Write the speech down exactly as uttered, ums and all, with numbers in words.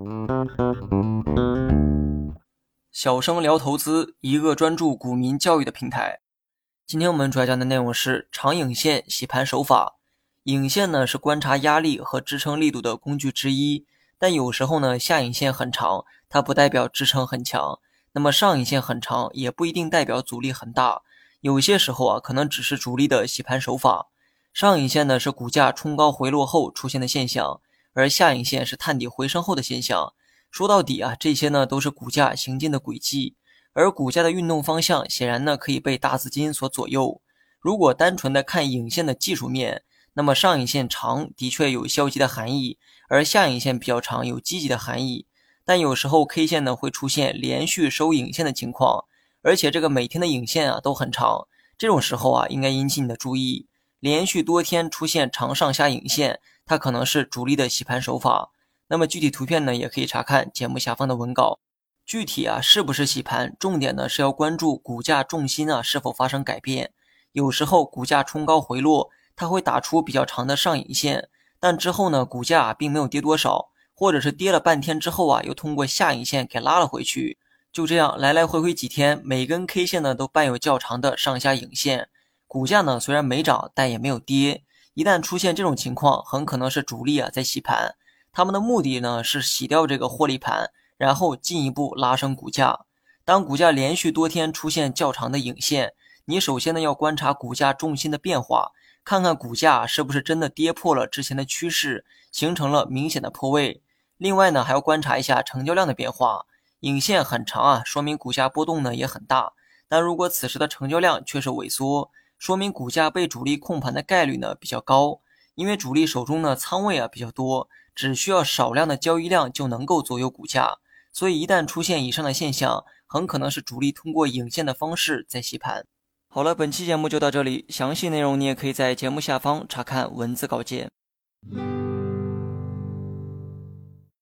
小生聊投资，一个专注股民教育的平台。今天我们主要讲的内容是长影线洗盘手法。影线呢是观察压力和支撑力度的工具之一，但有时候呢下影线很长，它不代表支撑很强。那么上影线很长也不一定代表阻力很大，有些时候啊可能只是主力的洗盘手法。上影线呢是股价冲高回落后出现的现象，而下影线是探底回升后的现象。说到底啊，这些呢都是股价行进的轨迹，而股价的运动方向显然呢可以被大资金所左右。如果单纯的看影线的技术面，那么上影线长的确有消极的含义，而下影线比较长有积极的含义。但有时候 K 线呢会出现连续收影线的情况，而且这个每天的影线啊都很长，这种时候啊应该引起你的注意。连续多天出现长上下影线，它可能是主力的洗盘手法。那么具体图片呢，也可以查看节目下方的文稿。具体啊是不是洗盘，重点呢是要关注股价重心啊是否发生改变。有时候股价冲高回落，它会打出比较长的上影线，但之后呢股价并没有跌多少，或者是跌了半天之后啊又通过下影线给拉了回去。就这样来来回回几天，每根 K 线呢都伴有较长的上下影线，股价呢虽然没涨，但也没有跌。一旦出现这种情况，很可能是主力啊在洗盘。他们的目的呢是洗掉这个获利盘，然后进一步拉升股价。当股价连续多天出现较长的影线，你首先呢要观察股价重心的变化，看看股价是不是真的跌破了之前的趋势，形成了明显的破位。另外呢还要观察一下成交量的变化，影线很长啊，说明股价波动呢也很大。但如果此时的成交量却是萎缩，说明股价被主力控盘的概率呢比较高，因为主力手中呢仓位啊比较多，只需要少量的交易量就能够左右股价，所以一旦出现以上的现象，很可能是主力通过影线的方式在洗盘。好了，本期节目就到这里，详细内容你也可以在节目下方查看文字稿件。